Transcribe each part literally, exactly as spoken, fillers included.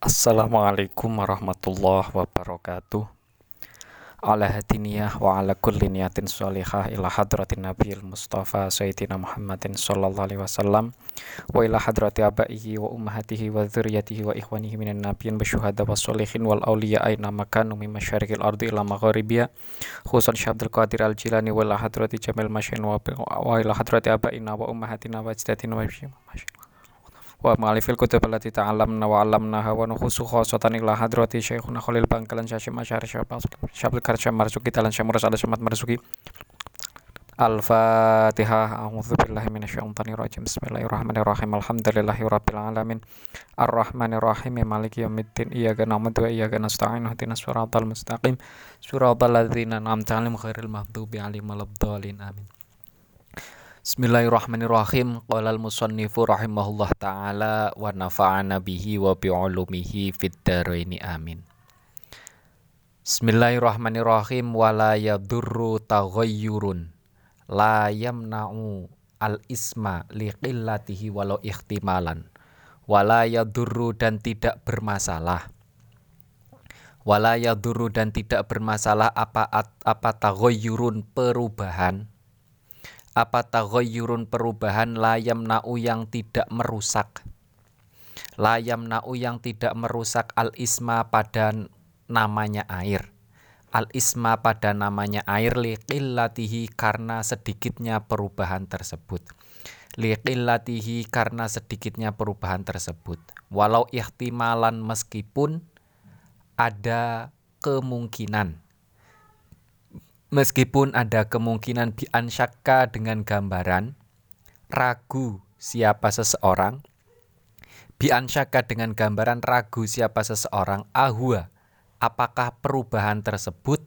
Assalamualaikum warahmatullahi wabarakatuh. Ala hadiniyah wa ala kulli niyatin sholihah ila hadratin nabiyil mustafa sayyidina Muhammadin sallallahu alaihi wasallam wa ila hadrati abaihi wa ummahatihi wa dzurriyyatihi wa ikhwanihi minan nabiyyin wasyuhada wassolihin wal auliya aina makanu min masyariqil ardi ila magharibiha khususan Syekh Abdul Qadir Al-Jilani wa ila hadrati jamil masyaikh wa ila hadrati abaina wa ummahatina wa ajdatina wa wa ma'alifil kutub allati ta'allamna wa 'allamnaha wa nukhusu khosatan ila hadrati syekhuna Khalil Bangkalan Syekh Masyari Syabul Karsya Marzuki Talan Syamurus ala Sumat Marzuki. Al-Fatihah. A'udzu billahi minasyaitonir rajim. Bismillahirrahmanirrahim. Alhamdulillahi rabbil alamin. Arrahmanir rahim. Maliki yaumiddin. Iyyaka na'budu wa iyyaka nasta'in. Ihdinas siratal mustaqim. Siratal ladzina an'amta 'alaihim ghairil maghdubi 'alaihim waladdallin. Amin. Bismillahirrahmanirrahim. Qala al-musannifu rahimahullah ta'ala wa nafa'ana bihi wa bi'ulumihi fid dharaini amin. Bismillahirrahmanirrahim. Wala yadurru taghayyurun la yamna'u al-isma liqillatihi walau ihtimalan. Wala yadurru dan tidak bermasalah. Wala yadurru dan tidak bermasalah apa apa taghayyurun perubahan. Apa taghayyurun perubahan layam na'u yang tidak merusak layam na'u yang tidak merusak al-isma pada namanya air al-isma pada namanya air liqillatihi karena sedikitnya perubahan tersebut liqillatihi karena sedikitnya perubahan tersebut walau ihtimalan meskipun ada kemungkinan Meskipun ada kemungkinan bi'an syakka dengan gambaran ragu siapa seseorang bi'an syakka dengan gambaran ragu siapa seseorang ahwa apakah perubahan tersebut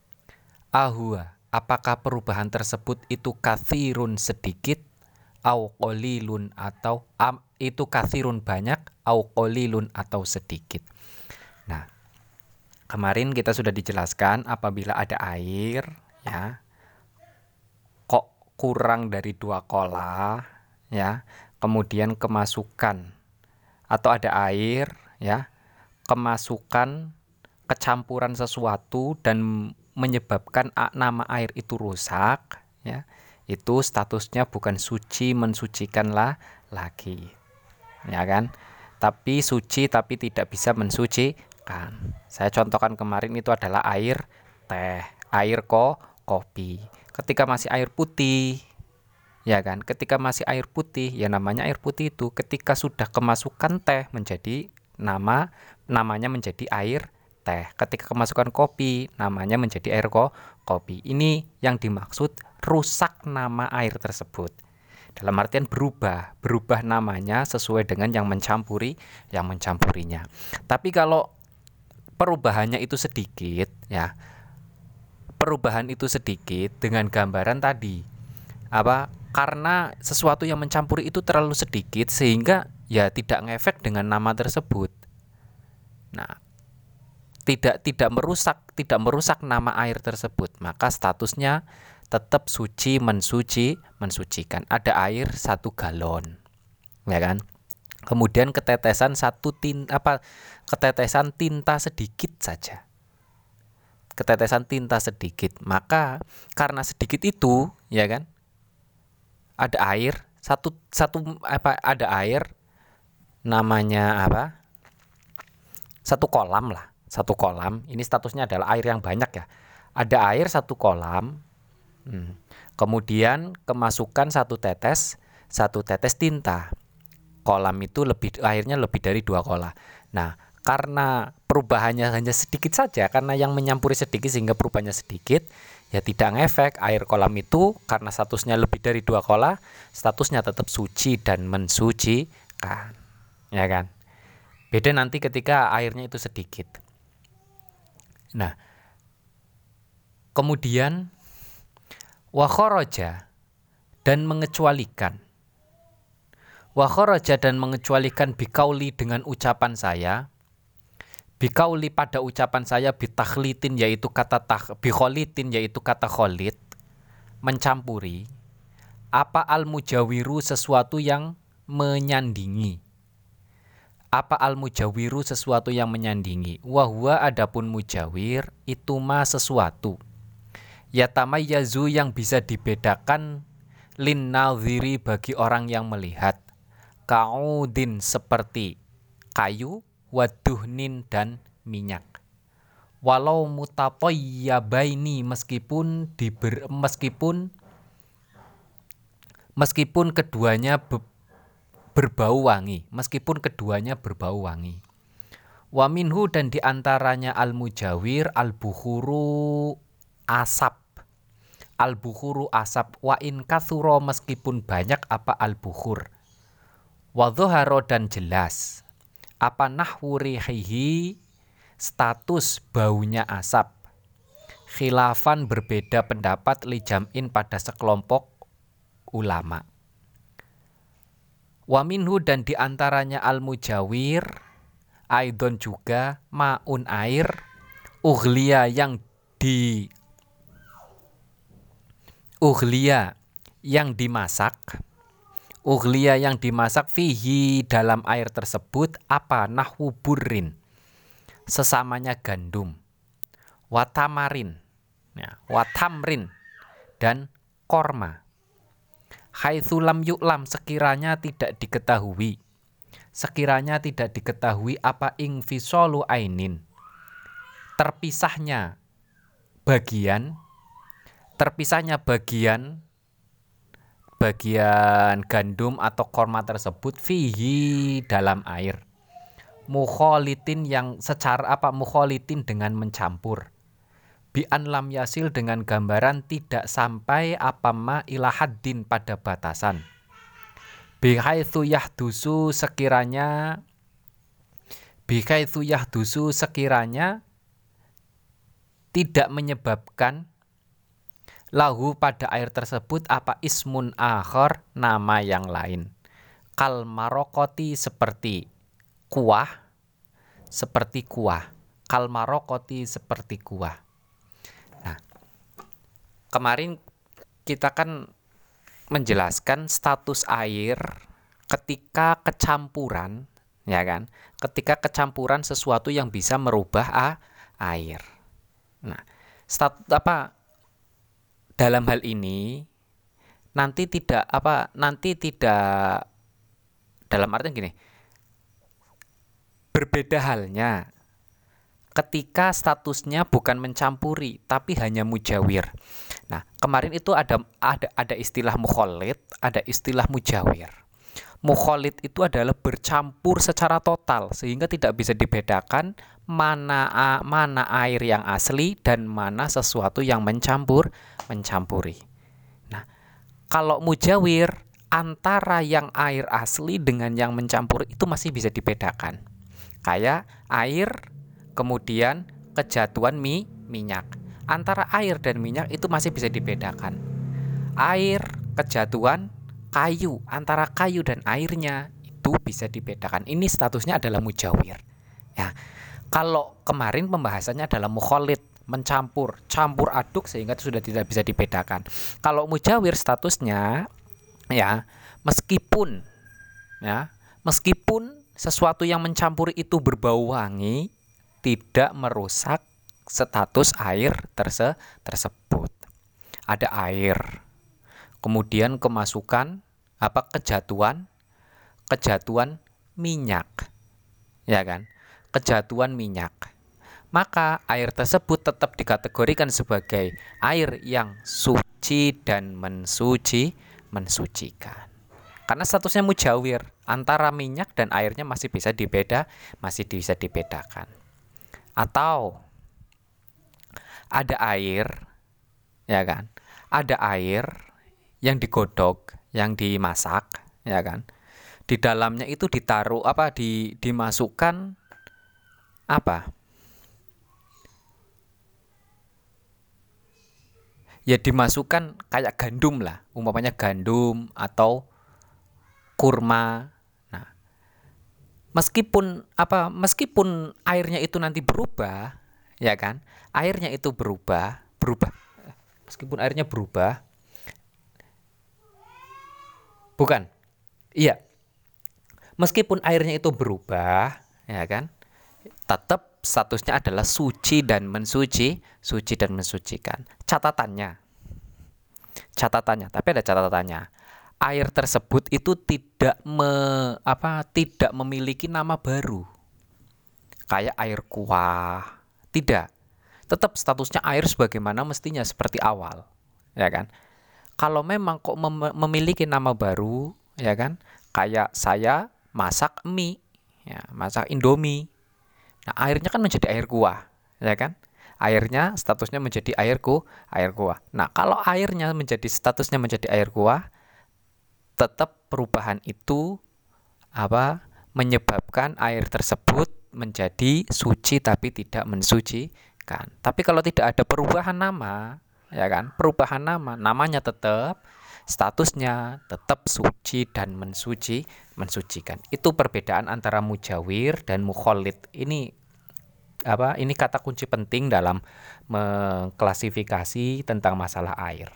ahwa apakah perubahan tersebut itu kathirun sedikit au qalilun atau am, itu kathirun banyak au qalilun atau sedikit. Nah, kemarin kita sudah dijelaskan apabila ada air ya kok kurang dari dua kola ya kemudian kemasukan atau ada air ya kemasukan kecampuran sesuatu dan menyebabkan nama air itu rusak ya itu statusnya bukan suci mensucikanlah lagi ya kan tapi suci tapi tidak bisa mensuci kan. Saya contohkan kemarin itu adalah air teh, air ko, kopi. Ketika masih air putih, ya kan? Ketika masih air putih, ya namanya air putih itu. Ketika sudah kemasukan teh menjadi nama, namanya menjadi air teh. Ketika kemasukan kopi, namanya menjadi air ko, kopi. Ini yang dimaksud rusak nama air tersebut. Dalam artian berubah, berubah namanya sesuai dengan yang mencampuri, yang mencampurinya. Tapi kalau perubahannya itu sedikit ya perubahan itu sedikit dengan gambaran tadi apa karena sesuatu yang mencampuri itu terlalu sedikit sehingga ya tidak ngefek dengan nama tersebut. Nah tidak tidak merusak tidak merusak nama air tersebut maka statusnya tetap suci mensuci mensucikan. Ada air satu galon ya kan kemudian ketetesan satu tinta apa ketetesan tinta sedikit saja ketetesan tinta sedikit maka karena sedikit itu ya kan ada air satu satu apa ada air namanya apa satu kolam lah satu kolam ini statusnya adalah air yang banyak ya ada air satu kolam hmm. kemudian kemasukan satu tetes satu tetes tinta kolam itu lebih airnya lebih dari dua kola. Nah, karena perubahannya hanya sedikit saja, karena yang menyampuri sedikit sehingga perubahannya sedikit, ya tidak ngefek air kolam itu karena statusnya lebih dari dua kola, statusnya tetap suci dan mensucikan. Ya kan? Beda nanti ketika airnya itu sedikit. Nah, kemudian wa kharaja dan mengecualikan wa kharaja dan mengecualikan bikauli dengan ucapan saya bikauli pada ucapan saya bitakhlitin yaitu kata tah bikholitin yaitu kata kholit mencampuri apa al mujawiru sesuatu yang menyandingi Apa al-mujawiru sesuatu yang menyandingi. Wa huwa adapun mujawir itu ma sesuatu. Yatamayyazu yang bisa dibedakan lin nadhiri bagi orang yang melihat. Kaudin seperti kayu, waduhnin dan minyak. Walau mutatoyyabaini meskipun diber, meskipun meskipun keduanya be, berbau wangi, meskipun keduanya berbau wangi. Wa minhu dan diantaranya al-mujawir al-bukhuru asap. Al-bukhuru asap wa in kathuro meskipun banyak apa al-bukhur. Wa dhuharo dan jelas apa nahwu rihihi status baunya asap. Khilafan berbeda pendapat li jam'in pada sekelompok ulama. Wa minhu dan diantaranya al-mujawir aidon juga ma'un air ughliya yang di ughliya yang dimasak ughliya yang dimasak fihi dalam air tersebut apa nahwu burrin sesamanya gandum, watamarin, ya, watamrin dan korma. Haitsu lam yu'lam sekiranya tidak diketahui, sekiranya tidak diketahui apa ingfisalu ainin, terpisahnya bagian, terpisahnya bagian bagian gandum atau korma tersebut fihi dalam air. Mukholitin yang secara apa mukholitin dengan mencampur. Bi'an lam yasil dengan gambaran tidak sampai apa ma ila haddin pada batasan. Bihaitsu yahdusu sekiranya bihaitsu yahdusu sekiranya tidak menyebabkan lahu pada air tersebut apa ismun akhar nama yang lain. Kal marokoti seperti kuah, seperti kuah. Kal marokoti seperti kuah. Nah, kemarin kita kan menjelaskan status air ketika kecampuran, ya kan? Ketika kecampuran sesuatu yang bisa merubah a, air. Nah, status apa dalam hal ini nanti tidak apa nanti tidak dalam artian gini. Berbeda halnya ketika statusnya bukan mencampuri tapi hanya mujawir. Nah, kemarin itu ada ada ada istilah mukholid, ada istilah mujawir. Mukholid itu adalah bercampur secara total sehingga tidak bisa dibedakan mana mana air yang asli dan mana sesuatu yang mencampur mencampuri. Nah, kalau mujawir antara yang air asli dengan yang mencampur itu masih bisa dibedakan. Kayak air kemudian kejatuhan mi, minyak. Antara air dan minyak itu masih bisa dibedakan. Air kejatuhan kayu, antara kayu dan airnya itu bisa dibedakan. Ini statusnya adalah mujawir. Ya. Kalau kemarin pembahasannya adalah mukholid, mencampur, campur aduk sehingga itu sudah tidak bisa dibedakan. Kalau mujawir statusnya ya, meskipun ya, meskipun sesuatu yang mencampur itu berbau wangi, tidak merusak status air terse tersebut. Ada air, kemudian kemasukan apa kejatuhan, kejatuhan minyak, ya kan? Kejatuhan minyak. Maka air tersebut tetap dikategorikan sebagai air yang suci dan mensuci, mensucikan. Karena statusnya mujawir, antara minyak dan airnya masih bisa dibeda, masih bisa dibedakan. Atau ada air, ya kan? Ada air yang digodok, yang dimasak, ya kan? Di dalamnya itu ditaruh apa? Di dimasukkan apa? Ya dimasukkan kayak gandum lah, umpamanya gandum atau kurma. Nah, meskipun apa meskipun airnya itu nanti berubah, ya kan? Airnya itu berubah, berubah. Meskipun airnya berubah. Bukan. Iya. Meskipun airnya itu berubah, ya kan? Tetap statusnya adalah suci dan mensuci, suci dan mensucikan. Catatannya, catatannya, tapi ada catatannya. Air tersebut itu tidak me, apa, tidak memiliki nama baru. Kayak air kuah, tidak. Tetap statusnya air sebagaimana mestinya seperti awal, ya kan? Kalau memang kok mem- memiliki nama baru, ya kan? Kayak saya masak mie, ya, masak Indomie. Nah, airnya kan menjadi air kuah, ya kan? Airnya statusnya menjadi airku, air kuah. Nah, kalau airnya menjadi statusnya menjadi air kuah, tetap perubahan itu apa? Menyebabkan air tersebut menjadi suci tapi tidak mensucikan. Tapi kalau tidak ada perubahan nama, ya kan? Perubahan nama, namanya tetap, statusnya tetap suci dan mensuci, mensucikan. Itu perbedaan antara mujawir dan mukholid. Ini apa? Ini kata kunci penting dalam mengklasifikasi tentang masalah air.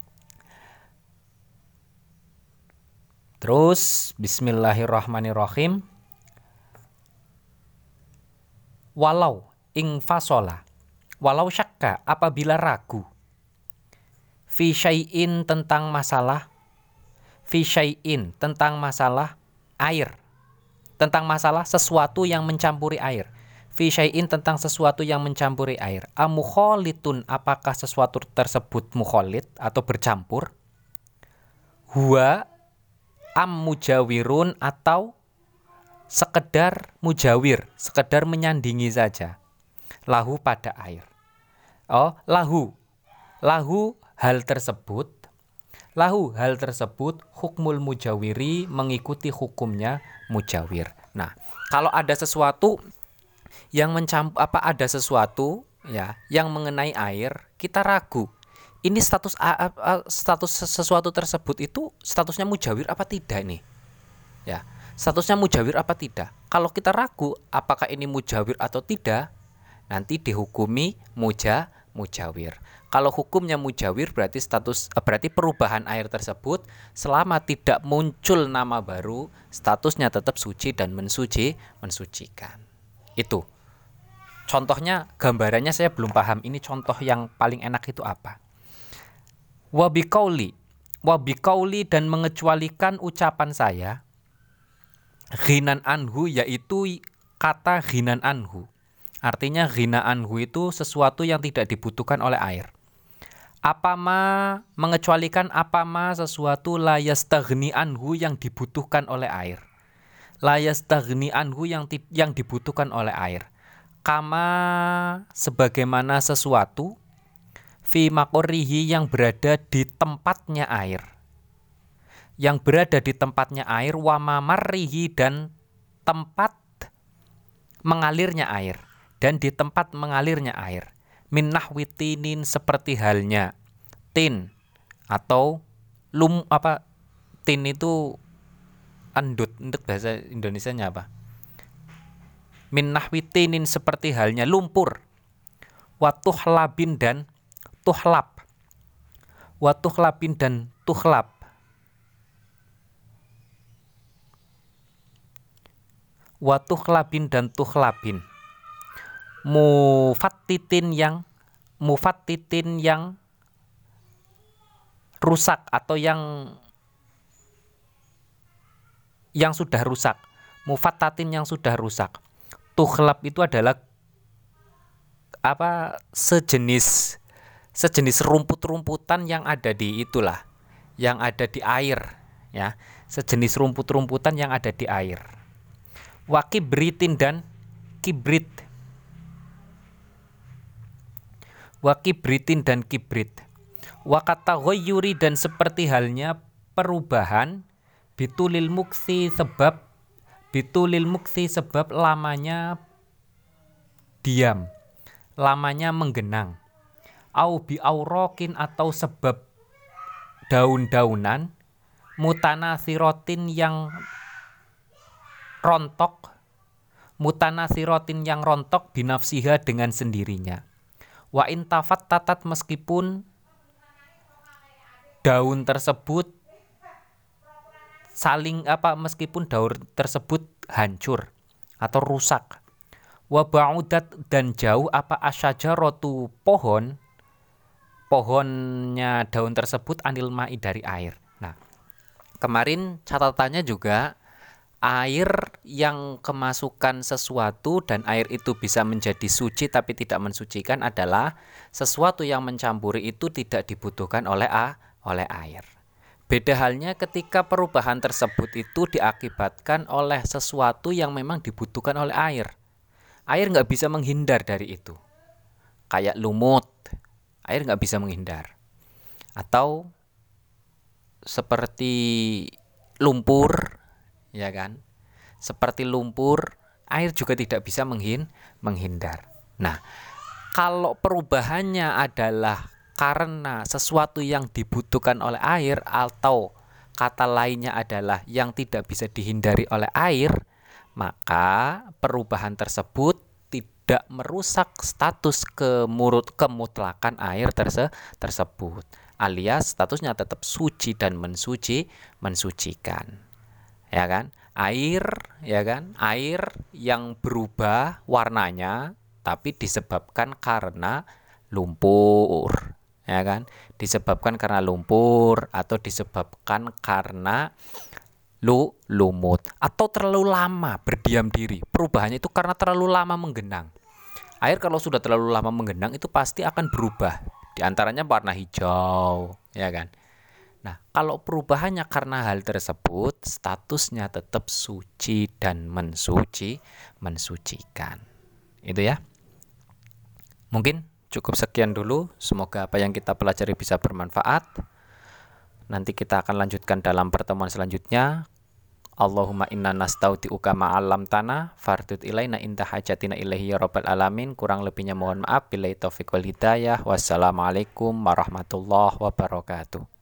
Terus bismillahirrahmanirrahim. Walau ing fasola, walau syakka apabila ragu, fi syai'in tentang masalah, fi syai'in tentang masalah air, tentang masalah sesuatu yang mencampuri air, fi syai'in tentang sesuatu yang mencampuri air, amukholitun apakah sesuatu tersebut mukholit atau bercampur, huwa am mujawirun atau sekedar mujawir, sekedar menyandingi saja, lahu pada air. Oh, lahu. Lahu hal tersebut, lahu hal tersebut hukmul mujawiri mengikuti hukumnya mujawir. Nah, kalau ada sesuatu yang mencampur apa ada sesuatu ya yang mengenai air, kita ragu. Ini status a, a, status sesuatu tersebut itu statusnya mujawir apa tidak nih? Ya. Statusnya mujawir apa tidak? Kalau kita ragu apakah ini mujawir atau tidak, nanti dihukumi muja mujawir. Kalau hukumnya mujawir berarti status berarti perubahan air tersebut selama tidak muncul nama baru, statusnya tetap suci dan mensuci, mensucikan. Itu. Contohnya, gambarannya saya belum paham. Ini contoh yang paling enak itu apa? Wa biqauli, wa biqauli dan mengecualikan ucapan saya. Ghinan anhu yaitu kata ghinan anhu. Artinya ghina anhu itu sesuatu yang tidak dibutuhkan oleh air. Apama mengecualikan apama sesuatu la yastaghni anhu yang dibutuhkan oleh air. La yastaghni anhu yang yang dibutuhkan oleh air. Kama sebagaimana sesuatu fi maqorihi yang berada di tempatnya air. Yang berada di tempatnya air, wa mamarrihi dan tempat mengalirnya air, dan di tempat mengalirnya air, min nahwi tinin seperti halnya tin atau lum apa tin itu endut, endut bahasa Indonesianya apa? Min nahwi tinin seperti halnya lumpur, wa tuhlabin dan tuhlab, wa tuhlabin dan tuhlab. Wa tukhlabin dan tukhlabin, mufattitin yang mufattitin yang rusak atau yang yang sudah rusak, mufattatin yang sudah rusak. Tukhlab itu adalah apa sejenis sejenis rumput-rumputan yang ada di itulah, yang ada di air, ya, sejenis rumput-rumputan yang ada di air. Wa kibritin dan kibrit, wa kibritin dan kibrit, wa kataghayyuri dan seperti halnya perubahan, bitulil muksi sebab bitulil muksi sebab lamanya diam, lamanya menggenang, au bi aurokin atau sebab daun-daunan, mutanasirotin yang rontok, mutanasirotin yang rontok binafsiha dengan sendirinya. Wa intafat tatat meskipun daun tersebut saling apa meskipun daur tersebut hancur atau rusak. Wa ba'udat dan jauh apa asyajaratu pohon pohonnya daun tersebut anil ma'i dari air. Nah, kemarin catatannya juga air yang kemasukan sesuatu dan air itu bisa menjadi suci tapi tidak mensucikan adalah sesuatu yang mencampuri itu tidak dibutuhkan oleh a, oleh air. Beda halnya ketika perubahan tersebut itu diakibatkan oleh sesuatu yang memang dibutuhkan oleh air. Air nggak bisa menghindar dari itu. Kayak lumut, air nggak bisa menghindar. Atau seperti lumpur, ya kan? Seperti lumpur, air juga tidak bisa menghin menghindar. Nah, kalau perubahannya adalah karena sesuatu yang dibutuhkan oleh air atau kata lainnya adalah yang tidak bisa dihindari oleh air, maka perubahan tersebut tidak merusak status kemurut kemutlakan air terse tersebut, alias statusnya tetap suci dan mensuci mensucikan, ya kan? Air, ya kan? Air yang berubah warnanya tapi disebabkan karena lumpur, ya kan? Disebabkan karena lumpur atau disebabkan karena lu lumut atau terlalu lama berdiam diri. Perubahannya itu karena terlalu lama menggenang. Air kalau sudah terlalu lama menggenang itu pasti akan berubah. Di antaranya warna hijau, ya kan? Nah, kalau perubahannya karena hal tersebut, statusnya tetap suci dan mensuci, mensucikan. Itu ya. Mungkin cukup sekian dulu. Semoga apa yang kita pelajari bisa bermanfaat. Nanti kita akan lanjutkan dalam pertemuan selanjutnya. Allahumma inna nastaudi'uka ma'alam tanah fardud ilaina inta hajatina ilaihi ya rabbal alamin. Kurang lebihnya mohon maaf. Billahi taufiq wal hidayah. Wassalamualaikum warahmatullahi wabarakatuh.